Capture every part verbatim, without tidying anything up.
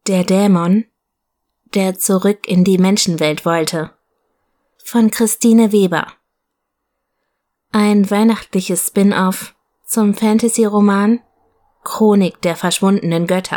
Der Dämon, der zurück in die Menschenwelt wollte. Von Christine Weber. Ein weihnachtliches Spin-off zum Fantasy-Roman Chronik der verschwundenen Götter.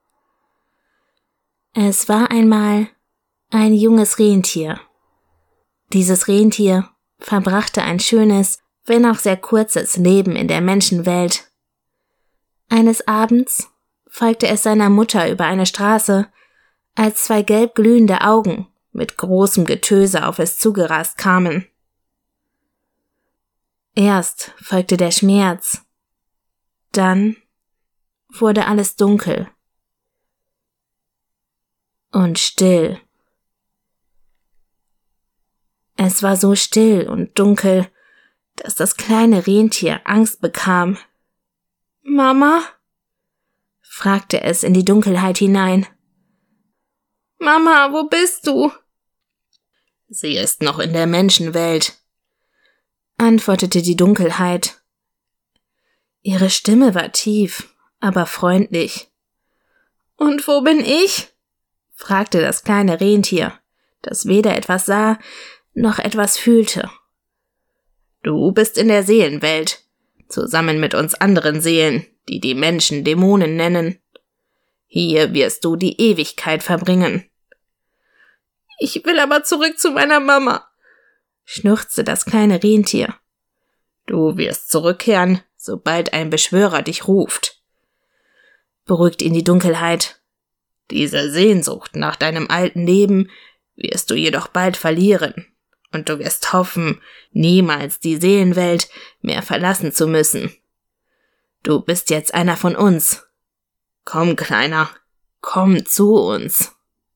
Es war einmal ein junges Rentier. Dieses Rentier verbrachte ein schönes, wenn auch sehr kurzes Leben in der Menschenwelt. Eines Abends folgte es seiner Mutter über eine Straße, als zwei gelb glühende Augen mit großem Getöse auf es zugerast kamen. Erst folgte der Schmerz, dann wurde alles dunkel und still. Es war so still und dunkel, dass das kleine Rentier Angst bekam. »Mama?« fragte es in die Dunkelheit hinein. »Mama, wo bist du?« »Sie ist noch in der Menschenwelt«, antwortete die Dunkelheit. Ihre Stimme war tief, aber freundlich. »Und wo bin ich?« fragte das kleine Rentier, das weder etwas sah, noch etwas fühlte. »Du bist in der Seelenwelt, zusammen mit uns anderen Seelen, die die Menschen Dämonen nennen. Hier wirst du die Ewigkeit verbringen.« »Ich will aber zurück zu meiner Mama«, schluchzte das kleine Rentier. »Du wirst zurückkehren, sobald ein Beschwörer dich ruft«, beruhigt ihn die Dunkelheit. »Diese Sehnsucht nach deinem alten Leben wirst du jedoch bald verlieren, und du wirst hoffen, niemals die Seelenwelt mehr verlassen zu müssen. Du bist jetzt einer von uns. Komm, Kleiner, komm zu uns.«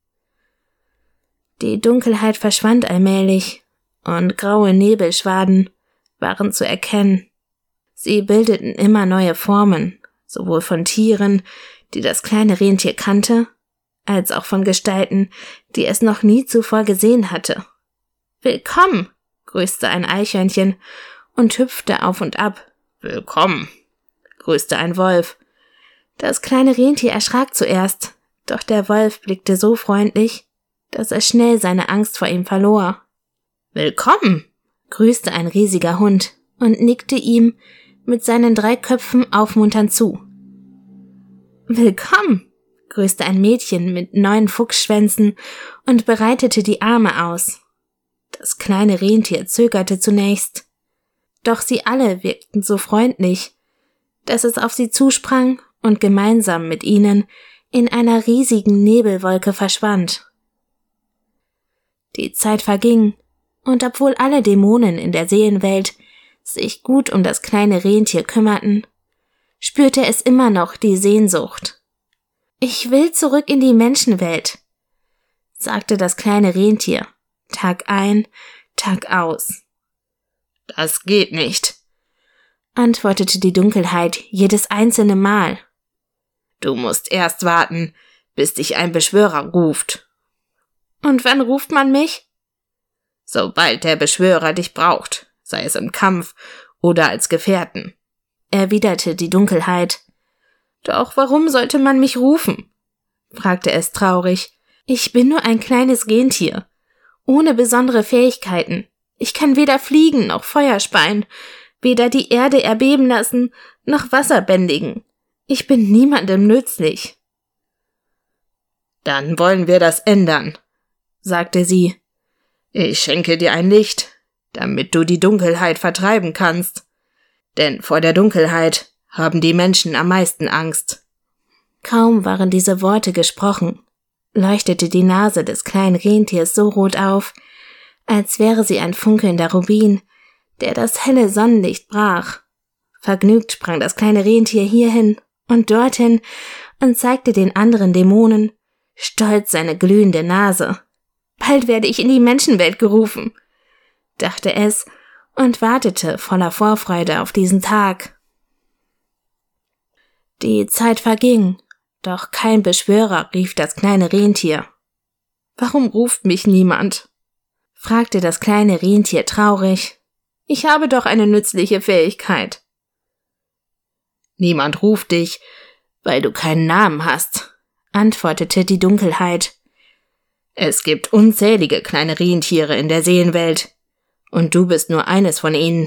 Die Dunkelheit verschwand allmählich, und graue Nebelschwaden waren zu erkennen. Sie bildeten immer neue Formen, sowohl von Tieren, die das kleine Rentier kannte, als auch von Gestalten, die es noch nie zuvor gesehen hatte. »Willkommen«, grüßte ein Eichhörnchen und hüpfte auf und ab. »Willkommen«, grüßte ein Wolf. Das kleine Rentier erschrak zuerst, doch der Wolf blickte so freundlich, dass er schnell seine Angst vor ihm verlor. »Willkommen«, grüßte ein riesiger Hund und nickte ihm mit seinen drei Köpfen aufmunternd zu. »Willkommen«, grüßte ein Mädchen mit neun Fuchsschwänzen und breitete die Arme aus. Das kleine Rentier zögerte zunächst, doch sie alle wirkten so freundlich, dass es auf sie zusprang und gemeinsam mit ihnen in einer riesigen Nebelwolke verschwand. Die Zeit verging, und obwohl alle Dämonen in der Seelenwelt sich gut um das kleine Rentier kümmerten, spürte es immer noch die Sehnsucht. »Ich will zurück in die Menschenwelt«, sagte das kleine Rentier, Tag ein, Tag aus. »Das geht nicht«, antwortete die Dunkelheit jedes einzelne Mal. »Du musst erst warten, bis dich ein Beschwörer ruft.« »Und wann ruft man mich?« »Sobald der Beschwörer dich braucht, sei es im Kampf oder als Gefährten«, erwiderte die Dunkelheit. »Doch warum sollte man mich rufen?«, fragte es traurig. »Ich bin nur ein kleines Rentier, ohne besondere Fähigkeiten. Ich kann weder fliegen noch Feuer speien, weder die Erde erbeben lassen, noch Wasser bändigen. Ich bin niemandem nützlich.« »Dann wollen wir das ändern«, sagte sie. »Ich schenke dir ein Licht, damit du die Dunkelheit vertreiben kannst. Denn vor der Dunkelheit haben die Menschen am meisten Angst.« Kaum waren diese Worte gesprochen, leuchtete die Nase des kleinen Rentiers so rot auf, als wäre sie ein funkelnder Rubin, der das helle Sonnenlicht brach. Vergnügt sprang das kleine Rentier hierhin und dorthin und zeigte den anderen Dämonen stolz seine glühende Nase. »Bald werde ich in die Menschenwelt gerufen«, dachte es und wartete voller Vorfreude auf diesen Tag. Die Zeit verging, doch kein Beschwörer rief das kleine Rentier. »Warum ruft mich niemand?«, fragte das kleine Rentier traurig. »Ich habe doch eine nützliche Fähigkeit.« »Niemand ruft dich, weil du keinen Namen hast. antwortete die Dunkelheit. »Es gibt unzählige kleine Rentiere in der Seelenwelt, und du bist nur eines von ihnen.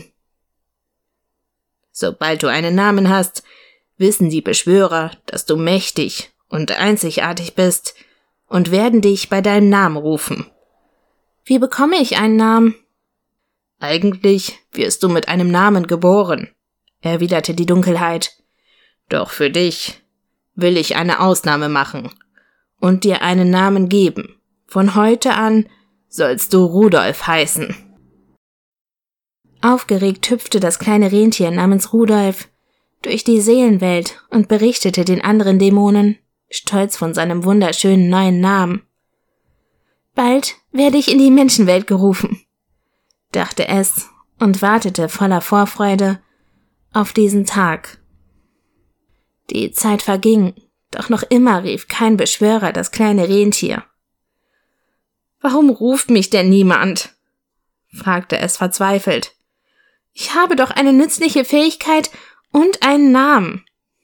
Sobald du einen Namen hast, wissen die Beschwörer, dass du mächtig und einzigartig bist und werden dich bei deinem Namen rufen.« »Wie bekomme ich einen Namen?« »Eigentlich wirst du mit einem Namen geboren«, erwiderte die Dunkelheit. »Doch für dich will ich eine Ausnahme machen und dir einen Namen geben. Von heute an sollst du Rudolf heißen.« Aufgeregt hüpfte das kleine Rentier namens Rudolf durch die Seelenwelt und berichtete den anderen Dämonen, stolz von seinem wunderschönen neuen Namen. »Bald werde ich in die Menschenwelt gerufen«, dachte es und wartete voller Vorfreude auf diesen Tag. Die Zeit verging, doch noch immer rief kein Beschwörer das kleine Rentier. »Warum ruft mich denn niemand?«, fragte es verzweifelt. »Ich habe doch eine nützliche Fähigkeit und einen Namen.«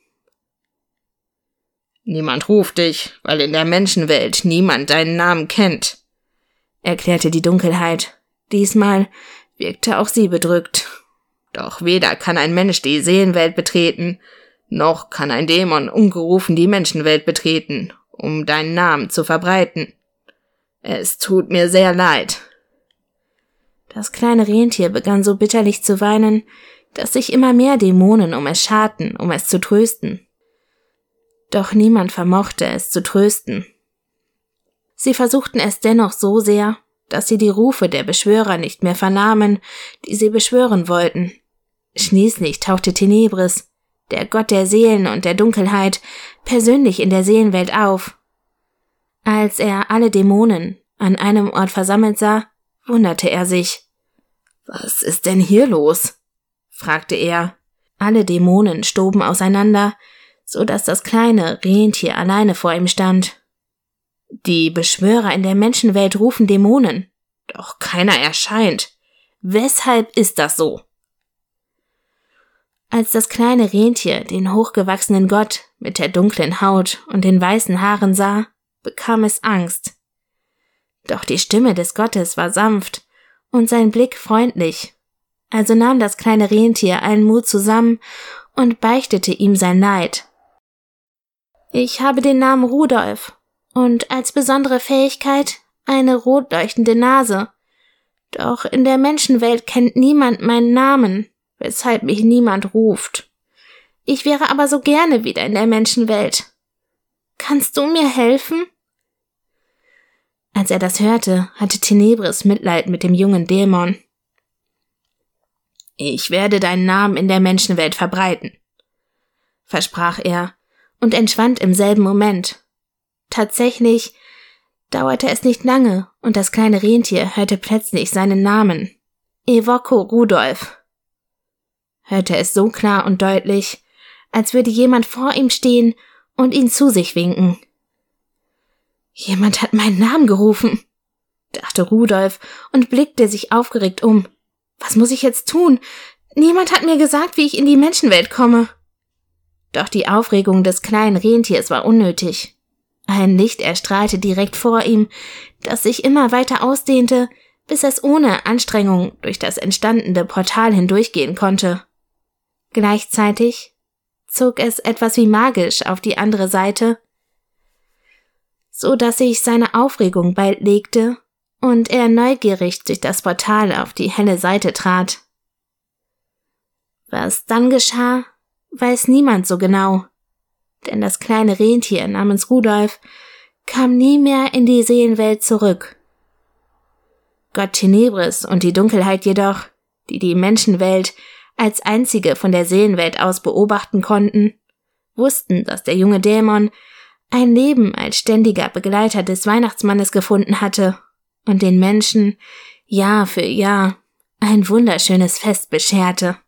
»Niemand ruft dich, weil in der Menschenwelt niemand deinen Namen kennt«, erklärte die Dunkelheit. Diesmal wirkte auch sie bedrückt. »Doch weder kann ein Mensch die Seelenwelt betreten, noch kann ein Dämon ungerufen die Menschenwelt betreten, um deinen Namen zu verbreiten. Es tut mir sehr leid.« Das kleine Rentier begann so bitterlich zu weinen, dass sich immer mehr Dämonen um es scharten, um es zu trösten. Doch niemand vermochte es zu trösten. Sie versuchten es dennoch so sehr, dass sie die Rufe der Beschwörer nicht mehr vernahmen, die sie beschwören wollten. Schließlich tauchte Tenebris, der Gott der Seelen und der Dunkelheit, persönlich in der Seelenwelt auf. Als er alle Dämonen an einem Ort versammelt sah, wunderte er sich. »Was ist denn hier los?«, fragte er. Alle Dämonen stoben auseinander, so dass das kleine Rentier alleine vor ihm stand. »Die Beschwörer in der Menschenwelt rufen Dämonen, doch keiner erscheint. Weshalb ist das so?« Als das kleine Rentier den hochgewachsenen Gott mit der dunklen Haut und den weißen Haaren sah, bekam es Angst. Doch die Stimme des Gottes war sanft und sein Blick freundlich. Also nahm das kleine Rentier allen Mut zusammen und beichtete ihm sein Leid. »Ich habe den Namen Rudolf und als besondere Fähigkeit eine rot leuchtende Nase. Doch in der Menschenwelt kennt niemand meinen Namen, weshalb mich niemand ruft. Ich wäre aber so gerne wieder in der Menschenwelt. Kannst du mir helfen?« Als er das hörte, hatte Tenebris Mitleid mit dem jungen Dämon. »Ich werde deinen Namen in der Menschenwelt verbreiten«, versprach er und entschwand im selben Moment. Tatsächlich dauerte es nicht lange und das kleine Rentier hörte plötzlich seinen Namen. »Evoko Rudolf«, hörte es so klar und deutlich, als würde jemand vor ihm stehen und ihn zu sich winken. »Jemand hat meinen Namen gerufen«, dachte Rudolf und blickte sich aufgeregt um. »Was muss ich jetzt tun? Niemand hat mir gesagt, wie ich in die Menschenwelt komme.« Doch die Aufregung des kleinen Rentiers war unnötig. Ein Licht erstrahlte direkt vor ihm, das sich immer weiter ausdehnte, bis es ohne Anstrengung durch das entstandene Portal hindurchgehen konnte. Gleichzeitig zog es etwas wie magisch auf die andere Seite, so dass sich seine Aufregung bald legte und er neugierig durch das Portal auf die helle Seite trat. Was dann geschah, weiß niemand so genau, denn das kleine Rentier namens Rudolf kam nie mehr in die Seelenwelt zurück. Gott Tenebris und die Dunkelheit jedoch, die die Menschenwelt als einzige von der Seelenwelt aus beobachten konnten, wussten, dass der junge Dämon ein Leben als ständiger Begleiter des Weihnachtsmannes gefunden hatte und den Menschen Jahr für Jahr ein wunderschönes Fest bescherte.